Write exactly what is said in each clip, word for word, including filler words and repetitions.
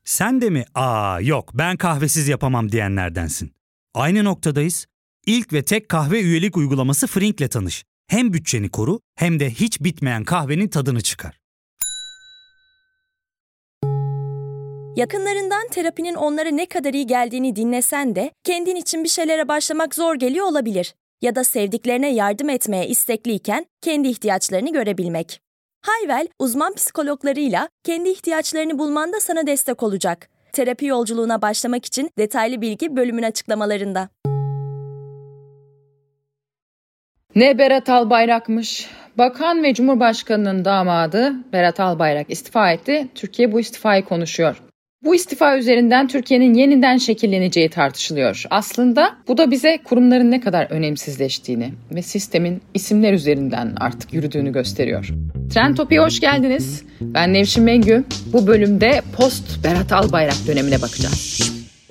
Sen de mi "Aa yok ben kahvesiz yapamam" diyenlerdensin? Aynı noktadayız. İlk ve tek kahve üyelik uygulaması Frink'le tanış. Hem bütçeni koru hem de hiç bitmeyen kahvenin tadını çıkar. Yakınlarından terapinin onlara ne kadar iyi geldiğini dinlesen de kendin için bir şeylere başlamak zor geliyor olabilir. Ya da sevdiklerine yardım etmeye istekliyken kendi ihtiyaçlarını görebilmek. Hayvel, uzman psikologlarıyla kendi ihtiyaçlarını bulmanda sana destek olacak. Terapi yolculuğuna başlamak için detaylı bilgi bölümün açıklamalarında. Ne Berat Albayrak'mış. Bakan ve Cumhurbaşkanı'nın damadı Berat Albayrak istifa etti. Türkiye bu istifayı konuşuyor. Bu istifa üzerinden Türkiye'nin yeniden şekilleneceği tartışılıyor. Aslında bu da bize kurumların ne kadar önemsizleştiğini ve sistemin isimler üzerinden artık yürüdüğünü gösteriyor. Trend Topi'ye hoş geldiniz. Ben Nevşin Mengü. Bu bölümde post Berat Albayrak dönemine bakacağız.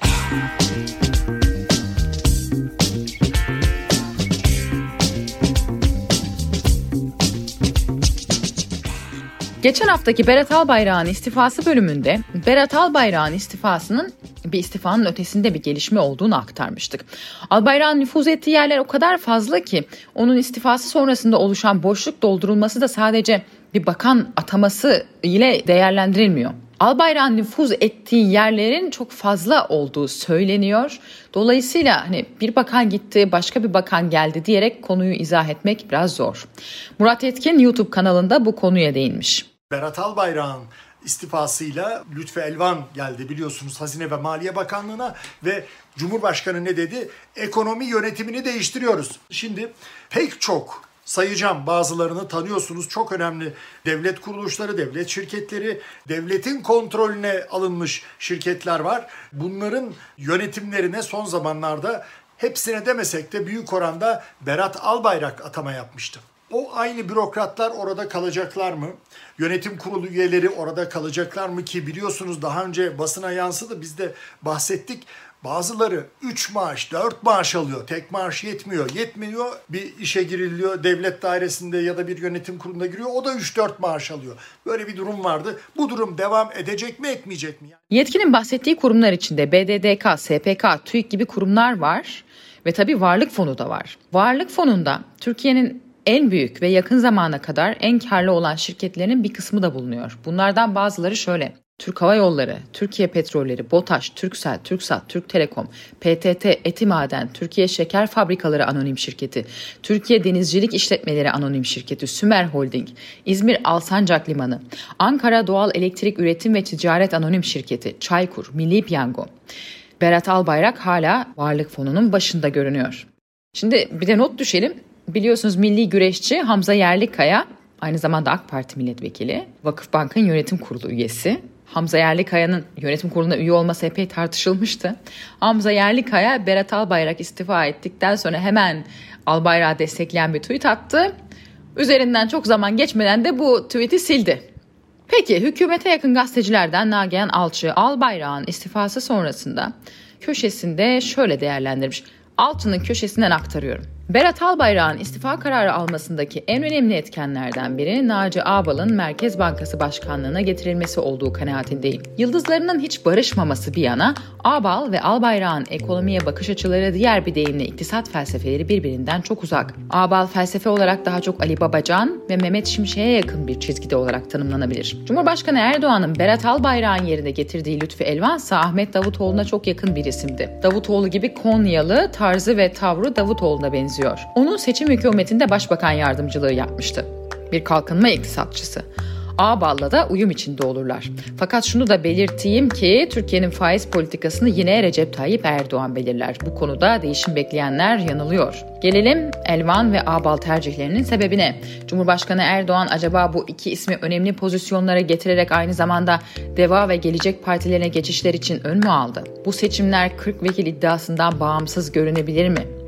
Geçen haftaki Berat Albayrak'ın istifası bölümünde Berat Albayrak'ın istifasının bir istifanın ötesinde bir gelişme olduğunu aktarmıştık. Albayrak'ın nüfuz ettiği yerler o kadar fazla ki onun istifası sonrasında oluşan boşluk doldurulması da sadece bir bakan ataması ile değerlendirilmiyor. Albayrak'ın nüfuz ettiği yerlerin çok fazla olduğu söyleniyor. Dolayısıyla hani bir bakan gitti, başka bir bakan geldi diyerek konuyu izah etmek biraz zor. Murat Yetkin YouTube kanalında bu konuya değinmiş. Berat Albayrak'ın istifasıyla Lütfü Elvan geldi biliyorsunuz Hazine ve Maliye Bakanlığı'na ve Cumhurbaşkanı ne dedi? Ekonomi yönetimini değiştiriyoruz. Şimdi pek çok sayacağım, bazılarını tanıyorsunuz, çok önemli devlet kuruluşları, devlet şirketleri, devletin kontrolüne alınmış şirketler var. Bunların yönetimlerine son zamanlarda hepsine demesek de büyük oranda Berat Albayrak atama yapmıştı. O aynı bürokratlar orada kalacaklar mı? Yönetim kurulu üyeleri orada kalacaklar mı ki biliyorsunuz daha önce basına yansıdı, biz de bahsettik. Bazıları üç maaş, dört maaş alıyor. Tek maaş yetmiyor. Yetmiyor, bir işe giriliyor. Devlet dairesinde ya da bir yönetim kuruluna giriyor. O da üç dört maaş alıyor. Böyle bir durum vardı. Bu durum devam edecek mi, etmeyecek mi? Yetkinin bahsettiği kurumlar içinde B D D K, S P K, TÜİK gibi kurumlar var. Ve tabii Varlık Fonu da var. Varlık Fonu'nda Türkiye'nin en büyük ve yakın zamana kadar en karlı olan şirketlerin bir kısmı da bulunuyor. Bunlardan bazıları şöyle: Türk Hava Yolları, Türkiye Petrolleri, BOTAŞ, Turkcell, Turksat, Türk Telekom, P T T, Etimaden, Türkiye Şeker Fabrikaları Anonim Şirketi, Türkiye Denizcilik İşletmeleri Anonim Şirketi, Sümer Holding, İzmir Alsancak Limanı, Ankara Doğal Elektrik Üretim ve Ticaret Anonim Şirketi, Çaykur, Milli Piyango. Berat Albayrak hala Varlık Fonu'nun başında görünüyor. Şimdi bir de not düşelim. Biliyorsunuz milli güreşçi Hamza Yerlikaya aynı zamanda AK Parti milletvekili, Vakıfbank'ın yönetim kurulu üyesi. Hamza Yerlikaya'nın yönetim kuruluna üye olması epey tartışılmıştı. Hamza Yerlikaya Berat Albayrak istifa ettikten sonra hemen Albayrak'ı destekleyen bir tweet attı. Üzerinden çok zaman geçmeden de bu tweet'i sildi. Peki hükümete yakın gazetecilerden Nagihan Alçı Albayrak'ın istifası sonrasında köşesinde şöyle değerlendirmiş. Alçı'nın köşesinden aktarıyorum. Berat Albayrak'ın istifa kararı almasındaki en önemli etkenlerden biri Naci Ağbal'ın Merkez Bankası Başkanlığı'na getirilmesi olduğu kanaatindeyim. Yıldızlarının hiç barışmaması bir yana Ağbal ve Albayrak'ın ekonomiye bakış açıları diğer bir deyimle iktisat felsefeleri birbirinden çok uzak. Ağbal felsefe olarak daha çok Ali Babacan ve Mehmet Şimşek'e yakın bir çizgide olarak tanımlanabilir. Cumhurbaşkanı Erdoğan'ın Berat Albayrak'ın yerine getirdiği Lütfü Elvan ise Ahmet Davutoğlu'na çok yakın bir isimdi. Davutoğlu gibi Konyalı, tarzı ve tavrı Davutoğlu'na benziyor. Onun seçim hükümetinde başbakan yardımcılığı yapmıştı. Bir kalkınma iktisatçısı. Ağbal'la da uyum içinde olurlar. Fakat şunu da belirteyim ki Türkiye'nin faiz politikasını yine Recep Tayyip Erdoğan belirler. Bu konuda değişim bekleyenler yanılıyor. Gelelim Elvan ve Ağbal tercihlerinin sebebine. Cumhurbaşkanı Erdoğan acaba bu iki ismi önemli pozisyonlara getirerek aynı zamanda Deva ve Gelecek partilerine geçişler için ön mü aldı? Bu seçimler kırk vekil iddiasından bağımsız görünebilir mi?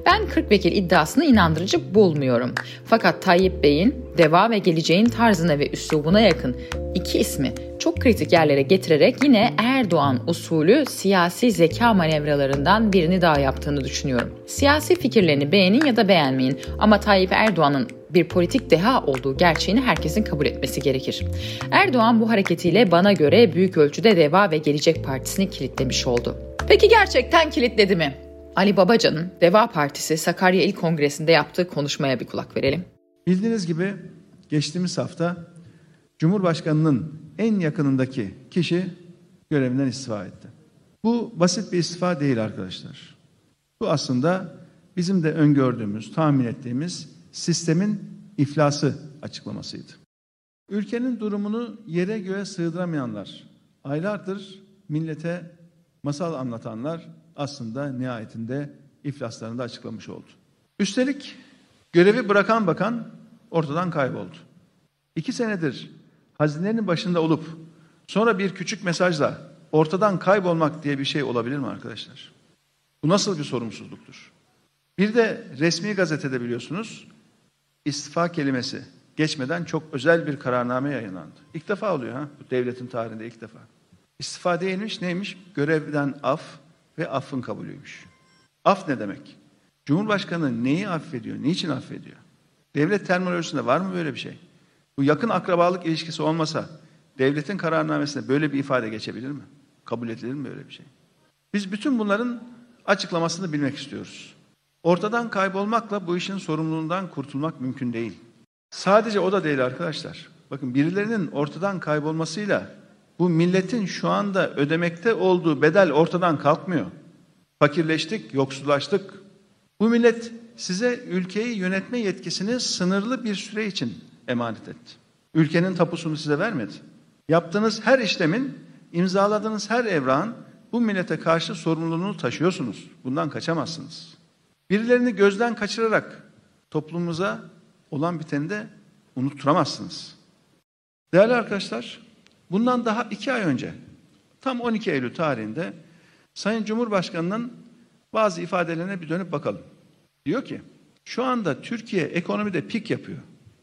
Ben kırk vekil iddiasını inandırıcı bulmuyorum. Fakat Tayyip Bey'in Deva ve Geleceğin tarzına ve üslubuna yakın iki ismi çok kritik yerlere getirerek yine Erdoğan usulü siyasi zeka manevralarından birini daha yaptığını düşünüyorum. Siyasi fikirlerini beğenin ya da beğenmeyin ama Tayyip Erdoğan'ın bir politik deha olduğu gerçeğini herkesin kabul etmesi gerekir. Erdoğan bu hareketiyle bana göre büyük ölçüde Deva ve Gelecek Partisi'ni kilitlemiş oldu. Peki gerçekten kilitledi mi? Ali Babacan'ın Deva Partisi Sakarya İl Kongresi'nde yaptığı konuşmaya bir kulak verelim. Bildiğiniz gibi geçtiğimiz hafta Cumhurbaşkanı'nın en yakınındaki kişi görevinden istifa etti. Bu basit bir istifa değil arkadaşlar. Bu aslında bizim de öngördüğümüz, tahmin ettiğimiz sistemin iflası açıklamasıydı. Ülkenin durumunu yere göğe sığdıramayanlar, aylardır millete masal anlatanlar aslında nihayetinde iflaslarını da açıklamış oldu. Üstelik görevi bırakan bakan ortadan kayboldu. İki senedir hazinenin başında olup sonra bir küçük mesajla ortadan kaybolmak diye bir şey olabilir mi arkadaşlar? Bu nasıl bir sorumsuzluktur? Bir de resmi gazetede biliyorsunuz istifa kelimesi geçmeden çok özel bir kararname yayınlandı. İlk defa oluyor ha, bu devletin tarihinde ilk defa. İstifa değilmiş, neymiş? Görevden af ve affın kabulüymüş. Af ne demek? Cumhurbaşkanı neyi affediyor, niçin affediyor? Devlet terminolojisinde var mı böyle bir şey? Bu yakın akrabalık ilişkisi olmasa devletin kararnamesinde böyle bir ifade geçebilir mi? Kabul edilir mi böyle bir şey? Biz bütün bunların açıklamasını bilmek istiyoruz. Ortadan kaybolmakla bu işin sorumluluğundan kurtulmak mümkün değil. Sadece o da değil arkadaşlar. Bakın birilerinin ortadan kaybolmasıyla bu milletin şu anda ödemekte olduğu bedel ortadan kalkmıyor. Fakirleştik, yoksullaştık. Bu millet size ülkeyi yönetme yetkisini sınırlı bir süre için emanet etti. Ülkenin tapusunu size vermedi. Yaptığınız her işlemin, imzaladığınız her evrağın bu millete karşı sorumluluğunu taşıyorsunuz. Bundan kaçamazsınız. Birilerini gözden kaçırarak toplumumuza olan biteni de unutturamazsınız. Değerli arkadaşlar, bundan daha iki ay önce, tam on iki Eylül tarihinde Sayın Cumhurbaşkanı'nın bazı ifadelerine bir dönüp bakalım. Diyor ki, şu anda Türkiye ekonomide pik yapıyor.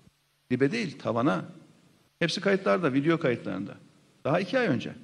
Dibe değil, tavana. Hepsi kayıtlarda, video kayıtlarında. Daha iki ay önce.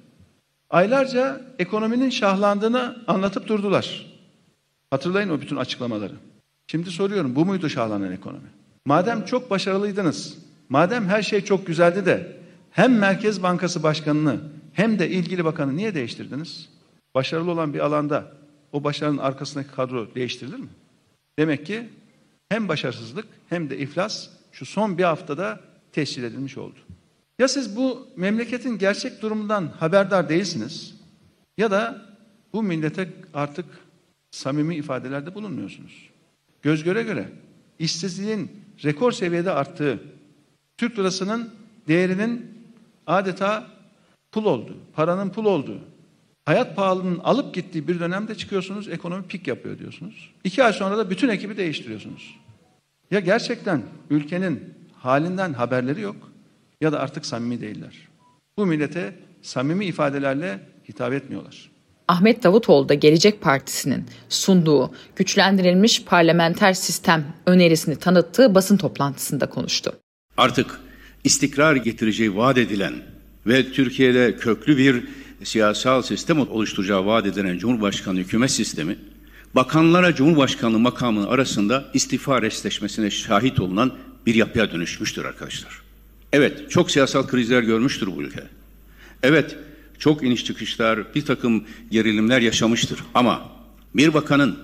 Aylarca ekonominin şahlandığını anlatıp durdular. Hatırlayın o bütün açıklamaları. Şimdi soruyorum, bu muydu şahlanan ekonomi? Madem çok başarılıydınız, madem her şey çok güzeldi de hem Merkez Bankası Başkanı'nı hem de ilgili bakanı niye değiştirdiniz? Başarılı olan bir alanda o başarının arkasındaki kadro değiştirilir mi? Demek ki hem başarısızlık hem de iflas şu son bir haftada tescil edilmiş oldu. Ya siz bu memleketin gerçek durumundan haberdar değilsiniz ya da bu millete artık samimi ifadelerde bulunmuyorsunuz. Göz göre göre işsizliğin rekor seviyede arttığı, Türk lirasının değerinin adeta pul olduğu, paranın pul olduğu, hayat pahalılığının alıp gittiği bir dönemde çıkıyorsunuz, ekonomi pik yapıyor diyorsunuz. İki ay sonra da bütün ekibi değiştiriyorsunuz. Ya gerçekten ülkenin halinden haberleri yok ya da artık samimi değiller. Bu millete samimi ifadelerle hitap etmiyorlar. Ahmet Davutoğlu da Gelecek Partisi'nin sunduğu güçlendirilmiş parlamenter sistem önerisini tanıttığı basın toplantısında konuştu. Artık istikrar getireceği vaat edilen ve Türkiye'de köklü bir siyasal sistem oluşturacağı vaat edilen Cumhurbaşkanı hükümet sistemi, bakanlara Cumhurbaşkanlığı makamı arasında istifa restleşmesine şahit olunan bir yapıya dönüşmüştür arkadaşlar. Evet, çok siyasal krizler görmüştür bu ülke. Evet, çok iniş çıkışlar, bir takım gerilimler yaşamıştır. Ama bir bakanın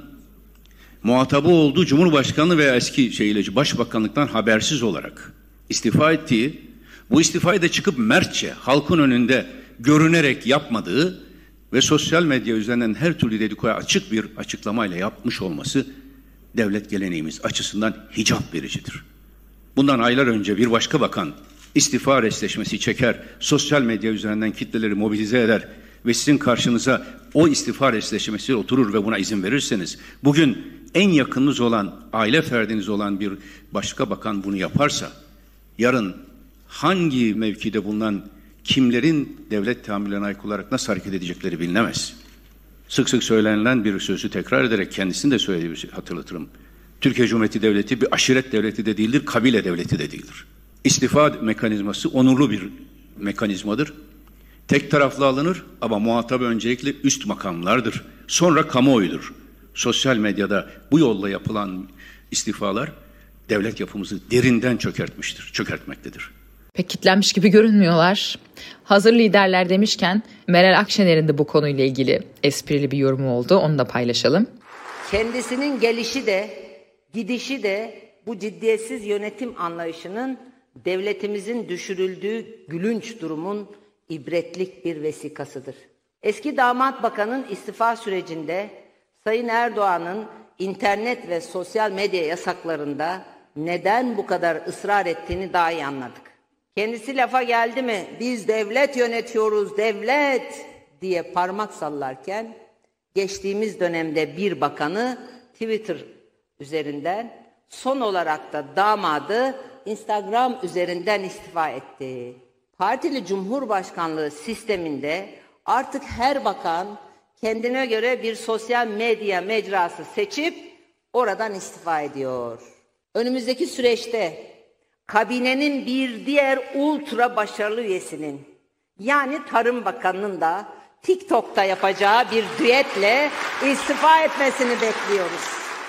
muhatabı olduğu Cumhurbaşkanı veya eski şeyle Başbakanlıktan habersiz olarak istifa ettiği, bu istifayı da çıkıp mertçe halkın önünde görünerek yapmadığı ve sosyal medya üzerinden her türlü dedikoya açık bir açıklamayla yapmış olması devlet geleneğimiz açısından hicap vericidir. Bundan aylar önce bir başka bakan istifa restleşmesi çeker, sosyal medya üzerinden kitleleri mobilize eder ve sizin karşınıza o istifa restleşmesi oturur ve buna izin verirseniz, bugün en yakınınız olan, aile ferdiniz olan bir başka bakan bunu yaparsa, yarın hangi mevkide bulunan kimlerin devlet tahammüllerine aykırı olarak nasıl hareket edecekleri bilinemez. Sık sık söylenilen bir sözü tekrar ederek kendisini de söylediği bir şey hatırlatırım. Türkiye Cumhuriyeti Devleti bir aşiret devleti de değildir, kabile devleti de değildir. İstifa mekanizması onurlu bir mekanizmadır. Tek taraflı alınır ama muhatabı öncelikle üst makamlardır. Sonra kamuoyudur. Sosyal medyada bu yolla yapılan istifalar devlet yapımızı derinden çökertmiştir, çökertmektedir. Pek kitlenmiş gibi görünmüyorlar. Hazır liderler demişken Meral Akşener'in de bu konuyla ilgili esprili bir yorumu oldu. Onu da paylaşalım. Kendisinin gelişi de gidişi de bu ciddiyetsiz yönetim anlayışının devletimizin düşürüldüğü gülünç durumun ibretlik bir vesikasıdır. Eski damat bakanın istifa sürecinde Sayın Erdoğan'ın internet ve sosyal medya yasaklarında neden bu kadar ısrar ettiğini daha iyi anladık. Kendisi lafa geldi mi biz devlet yönetiyoruz devlet diye parmak sallarken geçtiğimiz dönemde bir bakanı Twitter üzerinden son olarak da damadı Instagram üzerinden istifa etti. Partili Cumhurbaşkanlığı sisteminde artık her bakan kendine göre bir sosyal medya mecrası seçip oradan istifa ediyor. Önümüzdeki süreçte kabinenin bir diğer ultra başarılı üyesinin yani Tarım Bakanı'nın da TikTok'ta yapacağı bir düetle istifa etmesini bekliyoruz.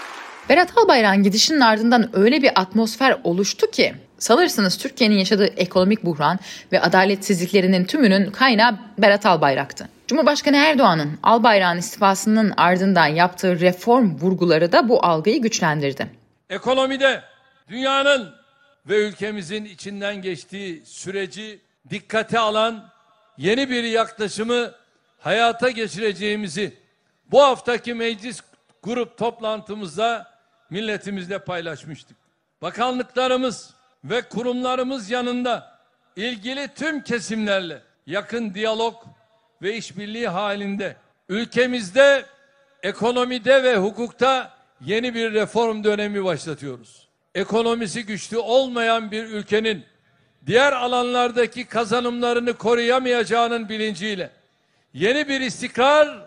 Berat Albayrak'ın gidişinin ardından öyle bir atmosfer oluştu ki sanırsınız Türkiye'nin yaşadığı ekonomik buhran ve adaletsizliklerinin tümünün kaynağı Berat Albayrak'tı. Cumhurbaşkanı Erdoğan'ın Albayrak'ın istifasının ardından yaptığı reform vurguları da bu algıyı güçlendirdi. Ekonomide dünyanın ve ülkemizin içinden geçtiği süreci dikkate alan yeni bir yaklaşımı hayata geçireceğimizi bu haftaki meclis grup toplantımızda milletimizle paylaşmıştık. Bakanlıklarımız ve kurumlarımız yanında ilgili tüm kesimlerle yakın diyalog ve işbirliği halinde ülkemizde ekonomide ve hukukta yeni bir reform dönemi başlatıyoruz. Ekonomisi güçlü olmayan bir ülkenin diğer alanlardaki kazanımlarını koruyamayacağının bilinciyle yeni bir istikrar,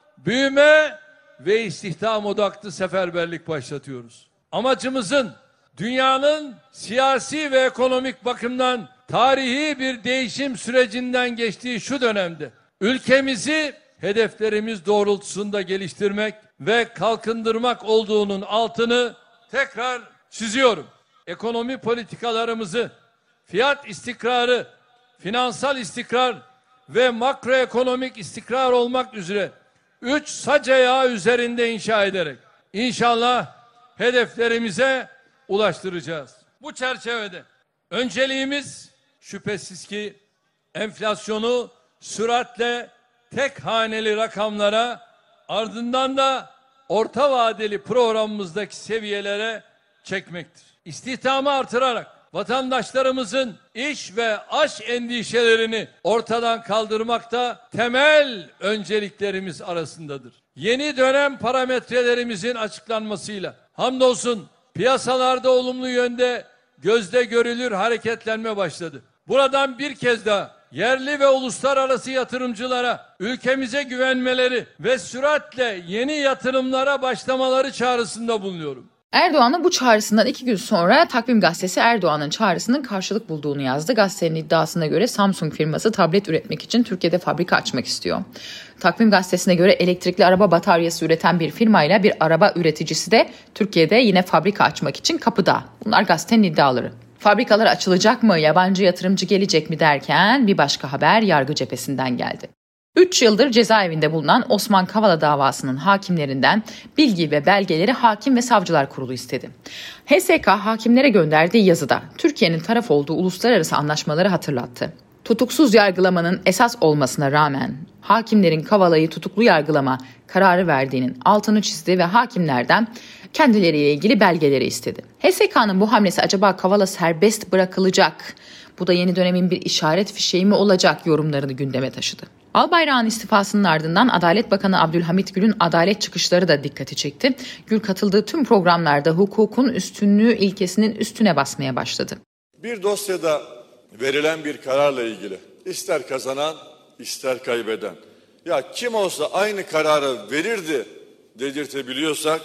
büyüme ve istihdam odaklı seferberlik başlatıyoruz. Amacımızın dünyanın siyasi ve ekonomik bakımdan tarihi bir değişim sürecinden geçtiği şu dönemde ülkemizi hedeflerimiz doğrultusunda geliştirmek ve kalkındırmak olduğunun altını tekrar çiziyorum. Ekonomi politikalarımızı fiyat istikrarı, finansal istikrar ve makroekonomik istikrar olmak üzere üç sac ayağı üzerinde inşa ederek inşallah hedeflerimize ulaştıracağız. Bu çerçevede önceliğimiz şüphesiz ki enflasyonu süratle tek haneli rakamlara ardından da orta vadeli programımızdaki seviyelere çekmektir. İstihdamı artırarak vatandaşlarımızın iş ve aş endişelerini ortadan kaldırmak da temel önceliklerimiz arasındadır. Yeni dönem parametrelerimizin açıklanmasıyla hamdolsun piyasalarda olumlu yönde gözde görülür hareketlenme başladı. Buradan bir kez daha yerli ve uluslararası yatırımcılara ülkemize güvenmeleri ve süratle yeni yatırımlara başlamaları çağrısında bulunuyorum. Erdoğan'ın bu çağrısından iki gün sonra Takvim Gazetesi Erdoğan'ın çağrısının karşılık bulduğunu yazdı. Gazetenin iddiasına göre Samsung firması tablet üretmek için Türkiye'de fabrika açmak istiyor. Takvim Gazetesi'ne göre elektrikli araba bataryası üreten bir firmayla bir araba üreticisi de Türkiye'de yine fabrika açmak için kapıda. Bunlar gazetenin iddiaları. Fabrikalar açılacak mı, yabancı yatırımcı gelecek mi derken bir başka haber yargı cephesinden geldi. üç yıldır cezaevinde bulunan Osman Kavala davasının hakimlerinden bilgi ve belgeleri Hakim ve Savcılar Kurulu istedi. H S K hakimlere gönderdiği yazıda Türkiye'nin taraf olduğu uluslararası anlaşmaları hatırlattı. Tutuksuz yargılamanın esas olmasına rağmen hakimlerin Kavala'yı tutuklu yargılama kararı verdiğinin altını çizdi ve hakimlerden kendileriyle ilgili belgeleri istedi. H S K'nın bu hamlesi acaba Kavala serbest bırakılacak, bu da yeni dönemin bir işaret fişeği mi olacak yorumlarını gündeme taşıdı. Albayrak'ın istifasının ardından Adalet Bakanı Abdülhamit Gül'ün adalet çıkışları da dikkati çekti. Gül katıldığı tüm programlarda hukukun üstünlüğü ilkesinin üstüne basmaya başladı. Bir dosyada verilen bir kararla ilgili ister kazanan ister kaybeden, ya kim olsa aynı kararı verirdi dedirtebiliyorsak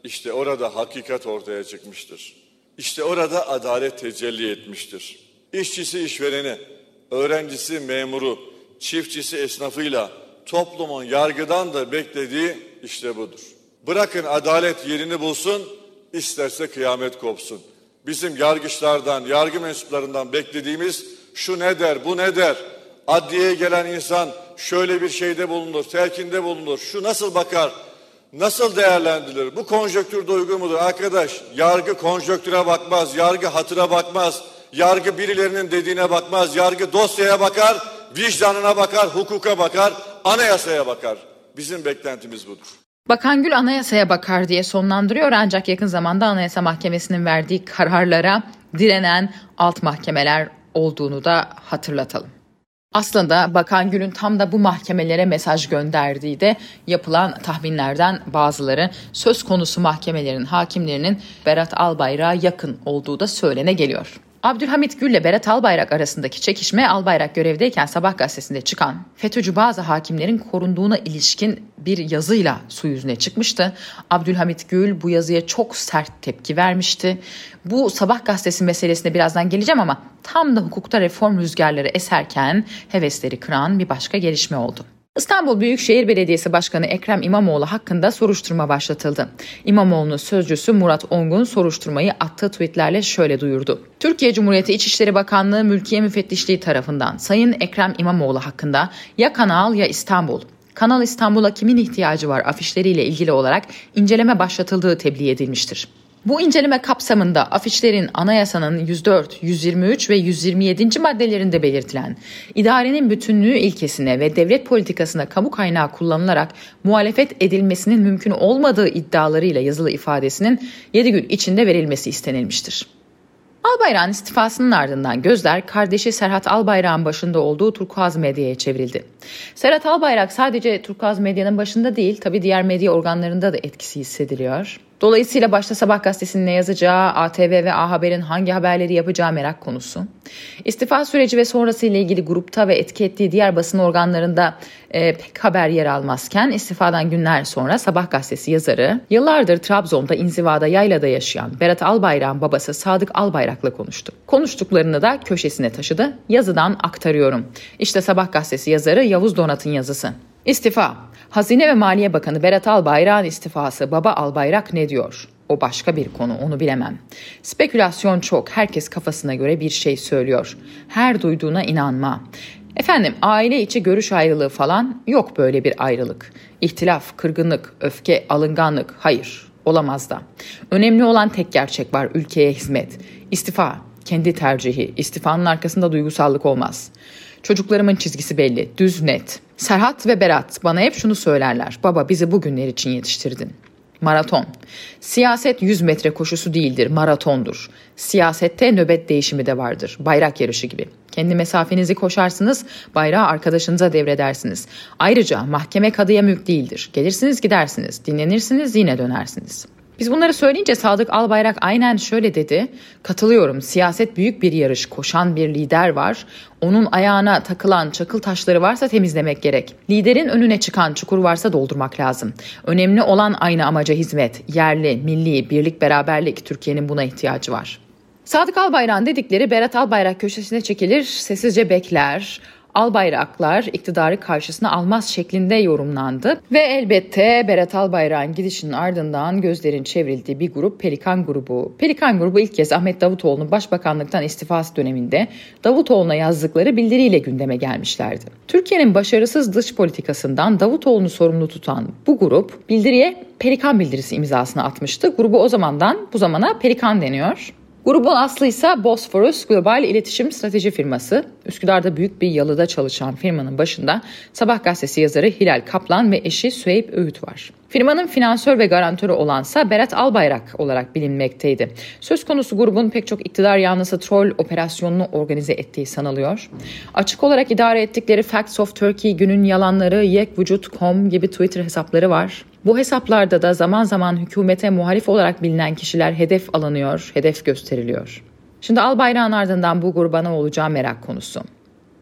İşte orada hakikat ortaya çıkmıştır. İşte orada adalet tecelli etmiştir. İşçisi işvereni, öğrencisi memuru, çiftçisi esnafıyla toplumun yargıdan da beklediği işte budur. Bırakın adalet yerini bulsun, isterse kıyamet kopsun. Bizim yargıçlardan, yargı mensuplarından beklediğimiz şu ne der, bu ne der? Adliyeye gelen insan şöyle bir şeyde bulunur, telkinde bulunur. Şu nasıl bakar, nasıl değerlendirilir? Bu konjonktürde uygun mudur? Arkadaş, yargı konjonktüre bakmaz, yargı hatıra bakmaz, yargı birilerinin dediğine bakmaz, yargı dosyaya bakar, vicdanına bakar, hukuka bakar, anayasaya bakar. Bizim beklentimiz budur. Bakan Gül anayasaya bakar diye sonlandırıyor ancak yakın zamanda Anayasa Mahkemesi'nin verdiği kararlara direnen alt mahkemeler olduğunu da hatırlatalım. Aslında Bakan Gül'ün tam da bu mahkemelere mesaj gönderdiği de yapılan tahminlerden bazıları. Söz konusu mahkemelerin hakimlerinin Berat Albayrak'a yakın olduğu da söylene geliyor. Abdülhamit Gül ile Berat Albayrak arasındaki çekişme Albayrak görevdeyken Sabah gazetesinde çıkan FETÖ'cü bazı hakimlerin korunduğuna ilişkin bir yazıyla su yüzüne çıkmıştı. Abdülhamit Gül bu yazıya çok sert tepki vermişti. Bu Sabah gazetesi meselesine birazdan geleceğim ama tam da hukukta reform rüzgarları eserken hevesleri kıran bir başka gelişme oldu. İstanbul Büyükşehir Belediyesi Başkanı Ekrem İmamoğlu hakkında soruşturma başlatıldı. İmamoğlu'nun sözcüsü Murat Ongun soruşturmayı attığı tweetlerle şöyle duyurdu. Türkiye Cumhuriyeti İçişleri Bakanlığı Mülkiye Müfettişliği tarafından Sayın Ekrem İmamoğlu hakkında ya Kanal ya İstanbul, Kanal İstanbul'a kimin ihtiyacı var afişleriyle ilgili olarak inceleme başlatıldığı tebliğ edilmiştir. Bu inceleme kapsamında afişlerin anayasanın yüz dört, yüz yirmi üç ve yüz yirmi yedinci maddelerinde belirtilen idarenin bütünlüğü ilkesine ve devlet politikasına kamu kaynağı kullanılarak muhalefet edilmesinin mümkün olmadığı iddialarıyla yazılı ifadesinin yedi gün içinde verilmesi istenilmiştir. Albayrak'ın istifasının ardından gözler kardeşi Serhat Albayrak'ın başında olduğu Turkuaz Medya'ya çevrildi. Serhat Albayrak sadece Turkuaz Medya'nın başında değil, tabii diğer medya organlarında da etkisi hissediliyor. Dolayısıyla başta Sabah gazetesinin ne yazacağı, A T V ve A Haber'in hangi haberleri yapacağı merak konusu. İstifa süreci ve sonrasıyla ilgili grupta ve etki ettiği diğer basın organlarında e, pek haber yer almazken istifadan günler sonra Sabah gazetesi yazarı yıllardır Trabzon'da inzivada yaylada yaşayan Berat Albayrak'ın babası Sadık Albayrak'la konuştu. Konuştuklarını da köşesine taşıdı. Yazıdan aktarıyorum. İşte Sabah gazetesi yazarı Yavuz Donat'ın yazısı. İstifa. Hazine ve Maliye Bakanı Berat Albayrak'ın istifası. Baba Albayrak ne diyor? O başka bir konu, onu bilemem. Spekülasyon çok, herkes kafasına göre bir şey söylüyor. Her duyduğuna inanma. Efendim, aile içi görüş ayrılığı falan yok, böyle bir ayrılık. İhtilaf, kırgınlık, öfke, alınganlık, hayır, olamaz da. Önemli olan tek gerçek var, ülkeye hizmet. İstifa, kendi tercihi, istifanın arkasında duygusallık olmaz. Çocuklarımın çizgisi belli, düz, net. Serhat ve Berat bana hep şunu söylerler. Baba, bizi bugünler için yetiştirdin. Maraton. Siyaset yüz metre koşusu değildir, maratondur. Siyasette nöbet değişimi de vardır. Bayrak yarışı gibi. Kendi mesafenizi koşarsınız, bayrağı arkadaşınıza devredersiniz. Ayrıca mahkeme kadıya mülk değildir. Gelirsiniz gidersiniz, dinlenirsiniz, yine dönersiniz. Biz bunları söyleyince Sadık Albayrak aynen şöyle dedi. Katılıyorum, siyaset büyük bir yarış, koşan bir lider var. Onun ayağına takılan çakıl taşları varsa temizlemek gerek. Liderin önüne çıkan çukur varsa doldurmak lazım. Önemli olan aynı amaca hizmet. Yerli, milli, birlik, beraberlik, Türkiye'nin buna ihtiyacı var. Sadık Albayrak'ın dedikleri Berat Albayrak köşesine çekilir, sessizce bekler. Albayraklar iktidarı karşısına almaz şeklinde yorumlandı. Ve elbette Berat Albayrak'ın gidişinin ardından gözlerin çevrildiği bir grup Pelikan grubu. Pelikan grubu ilk kez Ahmet Davutoğlu'nun başbakanlıktan istifası döneminde Davutoğlu'na yazdıkları bildiriyle gündeme gelmişlerdi. Türkiye'nin başarısız dış politikasından Davutoğlu'nu sorumlu tutan bu grup bildiriye Pelikan bildirisi imzasını atmıştı. Grubu o zamandan bu zamana Pelikan deniyor. Grubun aslı ise Bosphorus Global İletişim Strateji firması. Üsküdar'da büyük bir yalıda çalışan firmanın başında Sabah gazetesi yazarı Hilal Kaplan ve eşi Süheyb Öğüt var. Firmanın finansör ve garantörü olansa Berat Albayrak olarak bilinmekteydi. Söz konusu grubun pek çok iktidar yanlısı troll operasyonunu organize ettiği sanılıyor. Açık olarak idare ettikleri Facts of Turkey, Günün Yalanları, yekvücut nokta com gibi Twitter hesapları var. Bu hesaplarda da zaman zaman hükümete muhalif olarak bilinen kişiler hedef alınıyor, hedef gösteriliyor. Şimdi Albayrak'ın ardından bu gruba ne olacağı merak konusu.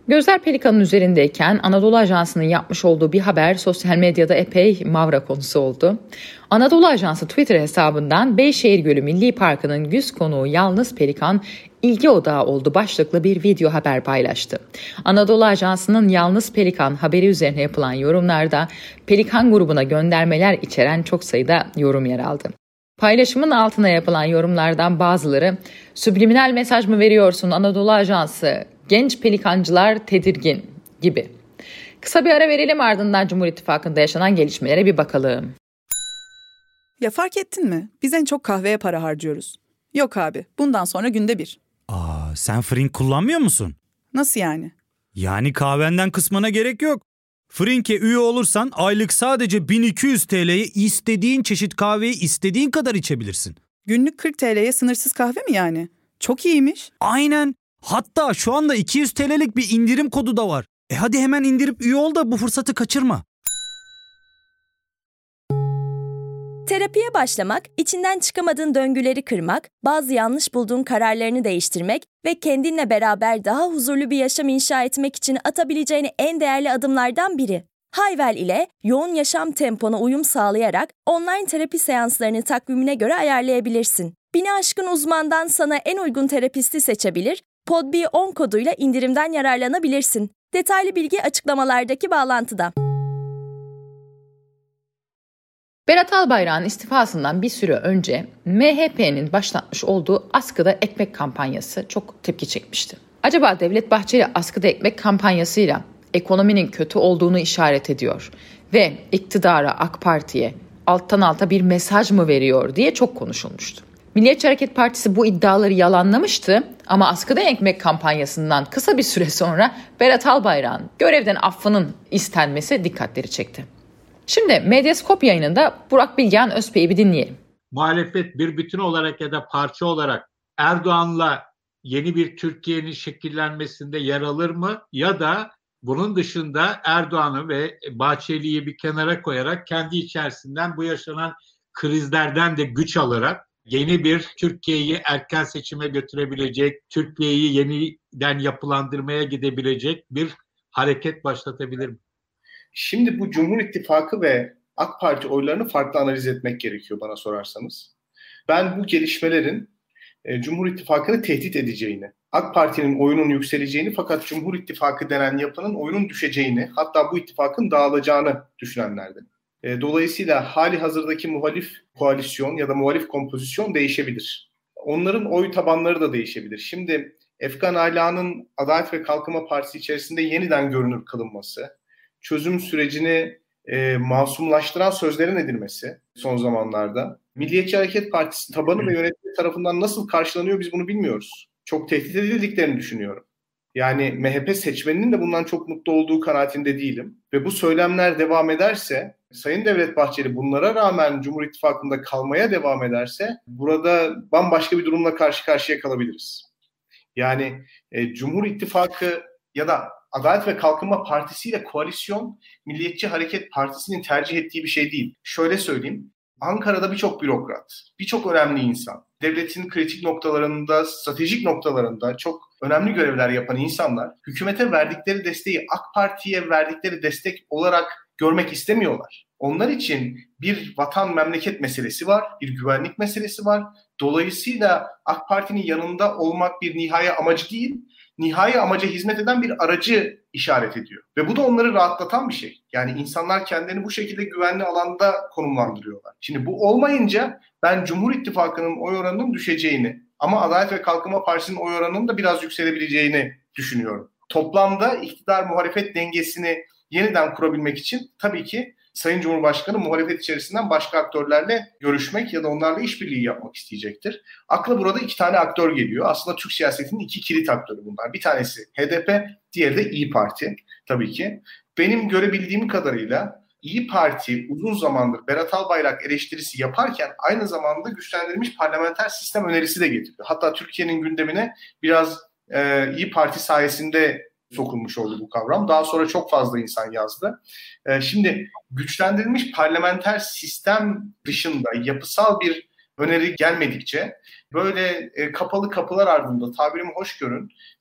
Gözler Pelikan'ın üzerindeyken Anadolu Ajansı'nın yapmış olduğu bir haber sosyal medyada epey mavra konusu oldu. Anadolu Ajansı Twitter hesabından Beyşehir Gölü Milli Parkı'nın güz konuğu Yalnız Pelikan ilgi odağı oldu başlıklı bir video haber paylaştı. Anadolu Ajansı'nın Yalnız Pelikan haberi üzerine yapılan yorumlarda Pelikan grubuna göndermeler içeren çok sayıda yorum yer aldı. Paylaşımın altına yapılan yorumlardan bazıları "Subliminal mesaj mı veriyorsun Anadolu Ajansı? Genç pelikancılar tedirgin" gibi. Kısa bir ara verelim, ardından Cumhur İttifakı'nda yaşanan gelişmelere bir bakalım. Ya fark ettin mi? Biz en çok kahveye para harcıyoruz. Yok abi, bundan sonra günde bir. Aa, sen Frink kullanmıyor musun? Nasıl yani? Yani kahvenden kısmına gerek yok. Frink'e üye olursan aylık sadece bin iki yüz T L'ye istediğin çeşit kahveyi istediğin kadar içebilirsin. Günlük kırk T L'ye sınırsız kahve mi yani? Çok iyiymiş. Aynen. Hatta şu anda iki yüz T L'lik bir indirim kodu da var. E hadi hemen indirip üye ol da bu fırsatı kaçırma. Terapiye başlamak, içinden çıkamadığın döngüleri kırmak, bazı yanlış bulduğun kararlarını değiştirmek ve kendinle beraber daha huzurlu bir yaşam inşa etmek için atabileceğin en değerli adımlardan biri. Hayvel ile yoğun yaşam tempona uyum sağlayarak online terapi seanslarını takvimine göre ayarlayabilirsin. Bini aşkın uzmandan sana en uygun terapisti seçebilir, Pod B on koduyla indirimden yararlanabilirsin. Detaylı bilgi açıklamalardaki bağlantıda. Berat Albayrak'ın istifasından bir süre önce M H P'nin başlatmış olduğu askıda ekmek kampanyası çok tepki çekmişti. Acaba Devlet Bahçeli askıda ekmek kampanyasıyla ekonominin kötü olduğunu işaret ediyor ve iktidara, AK Parti'ye alttan alta bir mesaj mı veriyor diye çok konuşulmuştu. Milliyetçi Hareket Partisi bu iddiaları yalanlamıştı ama askıda ekmek kampanyasından kısa bir süre sonra Berat Albayrak'ın görevden affının istenmesi dikkatleri çekti. Şimdi Medyaskop yayınında Burak Bilgehan Özpey'i bir dinleyelim. Muhalefet bir bütün olarak ya da parça olarak Erdoğan'la yeni bir Türkiye'nin şekillenmesinde yer alır mı? Ya da bunun dışında Erdoğan'ı ve Bahçeli'yi bir kenara koyarak kendi içerisinden bu yaşanan krizlerden de güç alarak yeni bir Türkiye'yi erken seçime götürebilecek, Türkiye'yi yeniden yapılandırmaya gidebilecek bir hareket başlatabilir mi? Şimdi bu Cumhur İttifakı ve AK Parti oylarını farklı analiz etmek gerekiyor bana sorarsanız. Ben bu gelişmelerin e, Cumhur İttifakı'nı tehdit edeceğini, AK Parti'nin oyunun yükseleceğini fakat Cumhur İttifakı denen yapının oyunun düşeceğini, hatta bu ittifakın dağılacağını düşünenlerden. E, dolayısıyla hali hazırdaki muhalif koalisyon ya da muhalif kompozisyon değişebilir. Onların oy tabanları da değişebilir. Şimdi Efkan Ala'nın Adalet ve Kalkınma Partisi içerisinde yeniden görünür kılınması, çözüm sürecini e, masumlaştıran sözlerin edilmesi son zamanlarda, Milliyetçi Hareket Partisi tabanı ve yönetimi tarafından nasıl karşılanıyor biz bunu bilmiyoruz. Çok tehdit edildiklerini düşünüyorum. Yani M H P seçmeninin de bundan çok mutlu olduğu kanaatinde değilim. Ve bu söylemler devam ederse, Sayın Devlet Bahçeli bunlara rağmen Cumhur İttifakı'nda kalmaya devam ederse, burada bambaşka bir durumla karşı karşıya kalabiliriz. Yani e, Cumhur İttifakı ya da Adalet ve Kalkınma Partisi ile koalisyon Milliyetçi Hareket Partisi'nin tercih ettiği bir şey değil. Şöyle söyleyeyim, Ankara'da birçok bürokrat, birçok önemli insan, devletin kritik noktalarında, stratejik noktalarında çok önemli görevler yapan insanlar, hükümete verdikleri desteği AK Parti'ye verdikleri destek olarak görmek istemiyorlar. Onlar için bir vatan memleket meselesi var, bir güvenlik meselesi var. Dolayısıyla AK Parti'nin yanında olmak bir nihai amacı değil, nihai amaca hizmet eden bir aracı işaret ediyor. Ve bu da onları rahatlatan bir şey. Yani insanlar kendilerini bu şekilde güvenli alanda konumlandırıyorlar. Şimdi bu olmayınca ben Cumhur İttifakı'nın oy oranının düşeceğini ama Adalet ve Kalkınma Partisi'nin oy oranının da biraz yükselebileceğini düşünüyorum. Toplamda iktidar muhalefet dengesini yeniden kurabilmek için tabii ki Sayın Cumhurbaşkanı muhalefet içerisinden başka aktörlerle görüşmek ya da onlarla işbirliği yapmak isteyecektir. Akla burada iki tane aktör geliyor. Aslında Türk siyasetinin iki kilit aktörü bunlar. Bir tanesi H D P, diğeri de İYİ Parti tabii ki. Benim görebildiğim kadarıyla İYİ Parti uzun zamandır Berat Albayrak eleştirisi yaparken aynı zamanda güçlendirilmiş parlamenter sistem önerisi de getiriyor. Hatta Türkiye'nin gündemine biraz e, İYİ Parti sayesinde sokulmuş oldu bu kavram. Daha sonra çok fazla insan yazdı. Ee, şimdi güçlendirilmiş parlamenter sistem dışında yapısal bir öneri gelmedikçe böyle e, kapalı kapılar ardında, tabirimi hoş görün,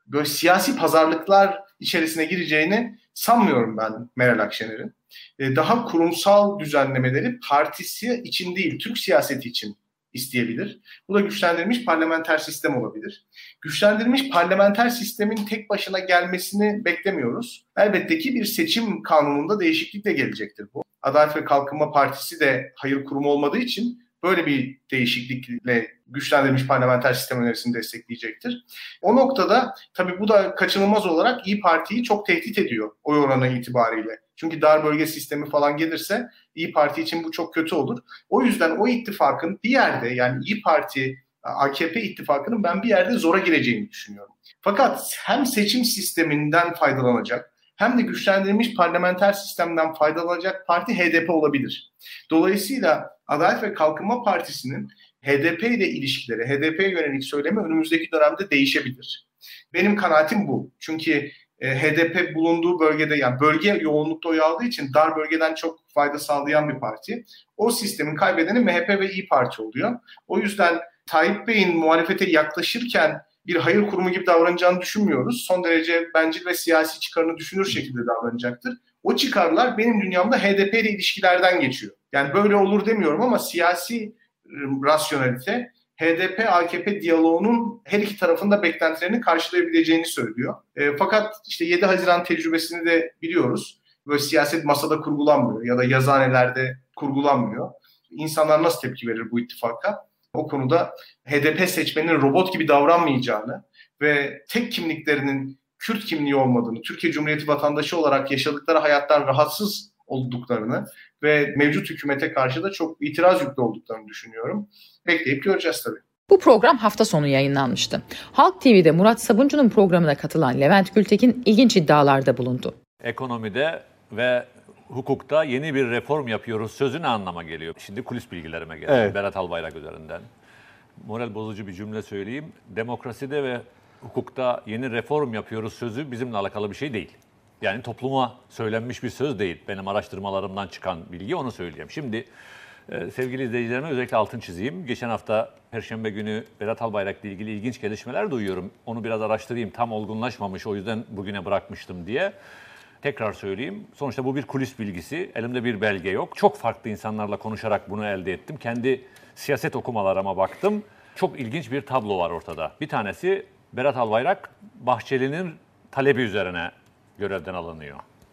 böyle siyasi pazarlıklar içerisine gireceğini sanmıyorum ben Meral Akşener'in. Daha kurumsal düzenlemeleri partisi için değil, Türk siyaseti için isteyebilir. Bu da güçlendirilmiş parlamenter sistem olabilir. Güçlendirilmiş parlamenter sistemin tek başına gelmesini beklemiyoruz. Elbette ki bir seçim kanununda değişiklik de gelecektir bu. Adalet ve Kalkınma Partisi de hayır kurumu olmadığı için böyle bir değişiklikle güçlendirilmiş parlamenter sistem önerisini destekleyecektir. O noktada tabii bu da kaçınılmaz olarak İYİ Parti'yi çok tehdit ediyor oy oranı itibariyle. Çünkü dar bölge sistemi falan gelirse İYİ Parti için bu çok kötü olur. O yüzden o ittifakın bir yerde, yani İYİ Parti, A K P ittifakının ben bir yerde zora gireceğini düşünüyorum. Fakat hem seçim sisteminden faydalanacak hem de güçlendirilmiş parlamenter sistemden faydalanacak parti H D P olabilir. Dolayısıyla Adalet ve Kalkınma Partisi'nin H D P ile ilişkileri, H D P'ye yönelik söylemi önümüzdeki dönemde değişebilir. Benim kanaatim bu. Çünkü H D P bulunduğu bölgede, yani bölge yoğunlukta oy aldığı için dar bölgeden çok fayda sağlayan bir parti. O sistemin kaybedeni M H P ve İYİ Parti oluyor. O yüzden Tayyip Bey'in muhalefete yaklaşırken bir hayır kurumu gibi davranacağını düşünmüyoruz. Son derece bencil ve siyasi çıkarını düşünür şekilde davranacaktır. O çıkarlar benim dünyamda H D P ile ilişkilerden geçiyor. Yani böyle olur demiyorum ama siyasi rasyonelite H D P A K P diyaloğunun her iki tarafında beklentilerini karşılayabileceğini söylüyor. E, fakat işte yedi Haziran tecrübesini de biliyoruz. Böyle siyaset masada kurgulanmıyor ya da yazıhanelerde kurgulanmıyor. İnsanlar nasıl tepki verir bu ittifaka? O konuda H D P seçmeninin robot gibi davranmayacağını ve tek kimliklerinin Kürt kimliği olmadığını, Türkiye Cumhuriyeti vatandaşı olarak yaşadıkları hayattan rahatsız olduklarını ve mevcut hükümete karşı da çok itiraz yüklü olduklarını düşünüyorum. Bekleyip göreceğiz tabii. Bu program hafta sonu yayınlanmıştı. Halk T V'de Murat Sabuncu'nun programına katılan Levent Gültekin ilginç iddialarda bulundu. Ekonomide ve hukukta yeni bir reform yapıyoruz sözü ne anlama geliyor? Şimdi kulis bilgilerime gelelim. Evet. Berat Albayrak üzerinden. Moral bozucu bir cümle söyleyeyim. Demokraside ve hukukta yeni reform yapıyoruz sözü bizimle alakalı bir şey değil. Yani topluma söylenmiş bir söz değil. Benim araştırmalarımdan çıkan bilgi, onu söyleyeyim. Şimdi e, sevgili izleyicilerime özellikle altın çizeyim. Geçen hafta Perşembe günü Berat Albayrak'la ilgili ilginç gelişmeler duyuyorum. Onu biraz araştırayım. Tam olgunlaşmamış, o yüzden bugüne bırakmıştım diye. Tekrar söyleyeyim. Sonuçta bu bir kulis bilgisi. Elimde bir belge yok. Çok farklı insanlarla konuşarak bunu elde ettim. Kendi siyaset okumalarıma baktım. Çok ilginç bir tablo var ortada. Bir tanesi, Berat Albayrak Bahçeli'nin talebi üzerine görevden alınıyor.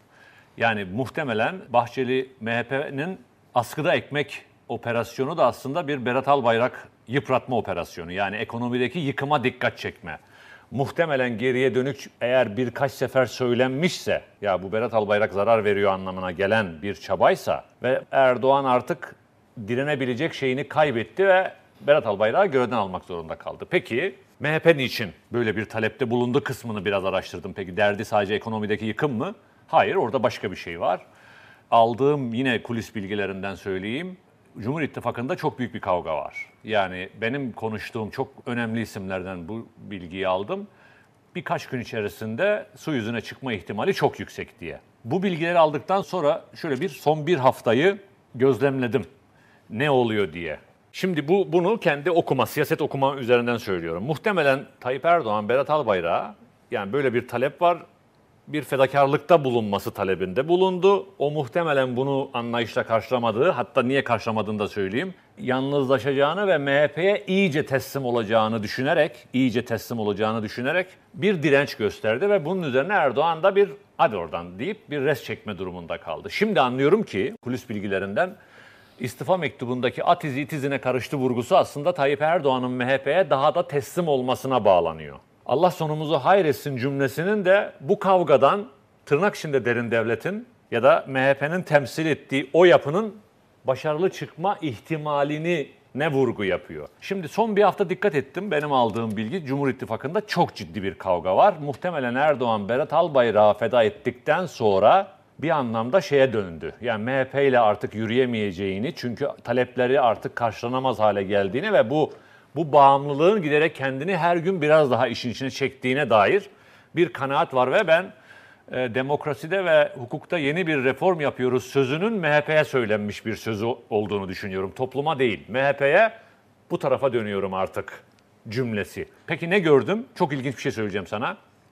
Yani muhtemelen Bahçeli M H P'nin askıda ekmek operasyonu da aslında bir Berat Albayrak yıpratma operasyonu. Yani ekonomideki yıkıma dikkat çekme. Muhtemelen geriye dönük eğer birkaç sefer söylenmişse, ya bu Berat Albayrak zarar veriyor anlamına gelen bir çabaysa ve Erdoğan artık direnebilecek şeyini kaybetti ve Berat Albayrak'ı görevden almak zorunda kaldı. Peki M H P niçin böyle bir talepte bulundu kısmını biraz araştırdım. Peki derdi sadece ekonomideki yıkım mı? Hayır, orada başka bir şey var. Aldığım yine kulis bilgilerinden söyleyeyim. Cumhur İttifakı'nda çok büyük bir kavga var. Yani benim konuştuğum çok önemli isimlerden bu bilgiyi aldım. Birkaç gün içerisinde su yüzüne çıkma ihtimali çok yüksek diye. Bu bilgileri aldıktan sonra şöyle bir son bir haftayı gözlemledim. Ne oluyor diye. Şimdi bu bunu kendi okuma, siyaset okuma üzerinden söylüyorum. Muhtemelen Tayyip Erdoğan, Berat Albayrak'a yani böyle bir talep var, bir fedakarlıkta bulunması talebinde bulundu. O muhtemelen bunu anlayışla karşılamadığı, hatta niye karşılamadığını da söyleyeyim. Yalnızlaşacağını ve M H P'ye iyice teslim olacağını düşünerek, iyice teslim olacağını düşünerek bir direnç gösterdi ve bunun üzerine Erdoğan da bir hadi oradan deyip bir res çekme durumunda kaldı. Şimdi anlıyorum ki kulis bilgilerinden İstifa mektubundaki at izi it izine karıştı vurgusu aslında Tayyip Erdoğan'ın M H P'ye daha da teslim olmasına bağlanıyor. Allah sonumuzu hayretsin cümlesinin de bu kavgadan tırnak içinde derin devletin ya da M H P'nin temsil ettiği o yapının başarılı çıkma ihtimalini ne vurgu yapıyor. Şimdi son bir hafta dikkat ettim, benim aldığım bilgi Cumhur İttifakı'nda çok ciddi bir kavga var. Muhtemelen Erdoğan Berat Albayrak'ı feda ettikten sonra bir anlamda şeye döndü. Yani M H P ile artık yürüyemeyeceğini, çünkü talepleri artık karşılanamaz hale geldiğini ve bu bu bağımlılığın giderek kendini her gün biraz daha işin içine çektiğine dair bir kanaat var ve ben e, demokraside ve hukukta yeni bir reform yapıyoruz sözünün M H P'ye söylenmiş bir sözü olduğunu düşünüyorum. Topluma değil, M H P'ye bu tarafa dönüyorum artık cümlesi. Peki ne gördüm? Çok ilginç bir şey söyleyeceğim sana.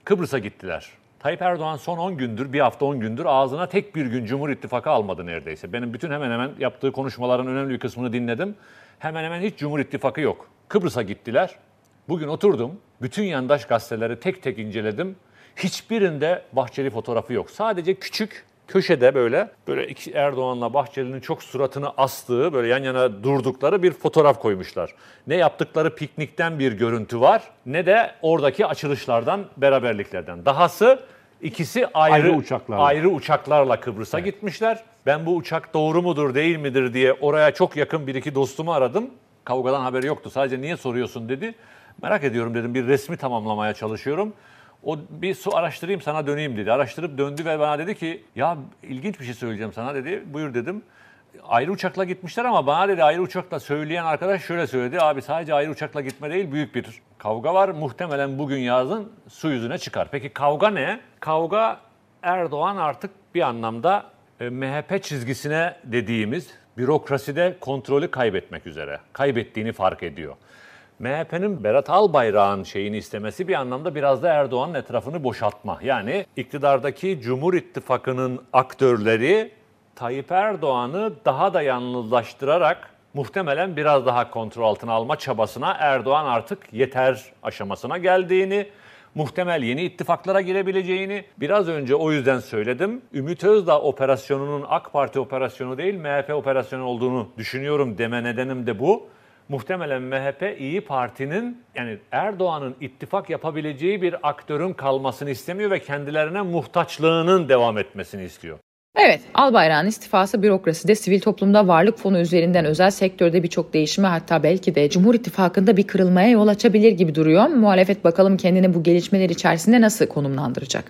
Kıbrıs'a gittiler. Tayyip Erdoğan son on gündür, bir hafta on gündür ağzına tek bir gün Cumhur İttifakı almadı neredeyse. Benim bütün hemen hemen yaptığı konuşmaların önemli bir kısmını dinledim. Hemen hemen hiç Cumhur İttifakı yok. Kıbrıs'a gittiler. Bugün oturdum, bütün yandaş gazeteleri tek tek inceledim. Hiçbirinde Bahçeli fotoğrafı yok. Sadece küçük köşede böyle böyle iki Erdoğan'la Bahçeli'nin çok suratını astığı, böyle yan yana durdukları bir fotoğraf koymuşlar. Ne yaptıkları piknikten bir görüntü var, ne de oradaki açılışlardan, beraberliklerden. Dahası ikisi ayrı, ayrı uçaklarla, ayrı uçaklarla Kıbrıs'a evet. gitmişler. Ben bu uçak doğru mudur, değil midir diye oraya çok yakın bir iki dostumu aradım. Kavgadan haberi yoktu. Sadece niye soruyorsun dedi. Merak ediyorum dedim. Bir resmi tamamlamaya çalışıyorum. O bir su araştırayım sana döneyim dedi. Araştırıp döndü ve bana dedi ki ya ilginç bir şey söyleyeceğim sana dedi. Buyur dedim. Ayrı uçakla gitmişler ama bana dedi ayrı uçakla söyleyen arkadaş şöyle söyledi. Abi sadece ayrı uçakla gitme değil, büyük bir kavga var. Muhtemelen bugün yazın su yüzüne çıkar. Peki kavga ne? Kavga Erdoğan artık bir anlamda e, M H P çizgisine dediğimiz bürokraside kontrolü kaybetmek üzere. Kaybettiğini fark ediyor. M H P'nin Berat Albayrak'ın şeyini istemesi bir anlamda biraz da Erdoğan'ın etrafını boşaltma. Yani iktidardaki Cumhur İttifakı'nın aktörleri Tayyip Erdoğan'ı daha da yalnızlaştırarak muhtemelen biraz daha kontrol altına alma çabasına Erdoğan artık yeter aşamasına geldiğini, muhtemel yeni ittifaklara girebileceğini biraz önce o yüzden söyledim. Ümit Özdağ operasyonunun AK Parti operasyonu değil M H P operasyonu olduğunu düşünüyorum deme nedenim de bu. Muhtemelen M H P İYİ Parti'nin yani Erdoğan'ın ittifak yapabileceği bir aktörün kalmasını istemiyor ve kendilerine muhtaçlığının devam etmesini istiyor. Evet, Albayrak'ın istifası bürokraside, sivil toplumda, varlık fonu üzerinden özel sektörde birçok değişime, hatta belki de Cumhur İttifakı'nda bir kırılmaya yol açabilir gibi duruyor. Muhalefet bakalım kendini bu gelişmeler içerisinde nasıl konumlandıracak?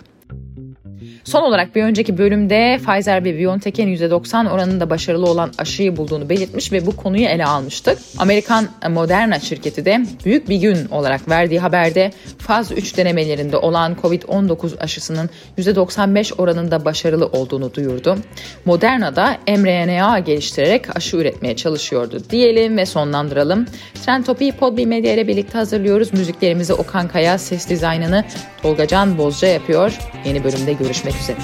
Son olarak bir önceki bölümde Pfizer ve BioNTech'in yüzde doksan oranında başarılı olan aşıyı bulduğunu belirtmiş ve bu konuyu ele almıştık. Amerikan Moderna şirketi de büyük bir gün olarak verdiği haberde faz üç denemelerinde olan kovid on dokuz aşısının yüzde doksan beş oranında başarılı olduğunu duyurdu. Moderna da M R N A geliştirerek aşı üretmeye çalışıyordu diyelim ve sonlandıralım. Trend Topi'yi Podbi Medya ile birlikte hazırlıyoruz. Müziklerimizi Okan Kaya, ses dizaynını Tolga Can Bozca yapıyor. Yeni bölümde görüşmek üzere.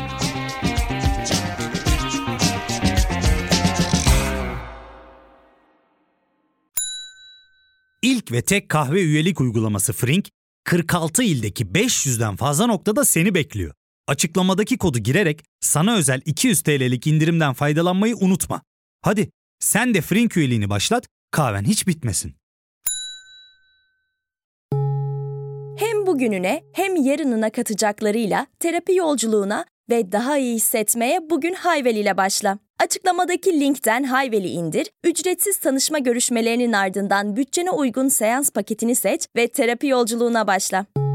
İlk ve tek kahve üyelik uygulaması Frink, kırk altı ildeki beş yüzden fazla noktada seni bekliyor. Açıklamadaki kodu girerek sana özel iki yüz TL'lik indirimden faydalanmayı unutma. Hadi sen de Frink üyeliğini başlat, kahven hiç bitmesin. Hem bugününe hem yarınına katacaklarıyla terapi yolculuğuna ve daha iyi hissetmeye bugün Hayvel ile başla. Açıklamadaki linkten Hayvel'i indir, ücretsiz tanışma görüşmelerinin ardından bütçene uygun seans paketini seç ve terapi yolculuğuna başla.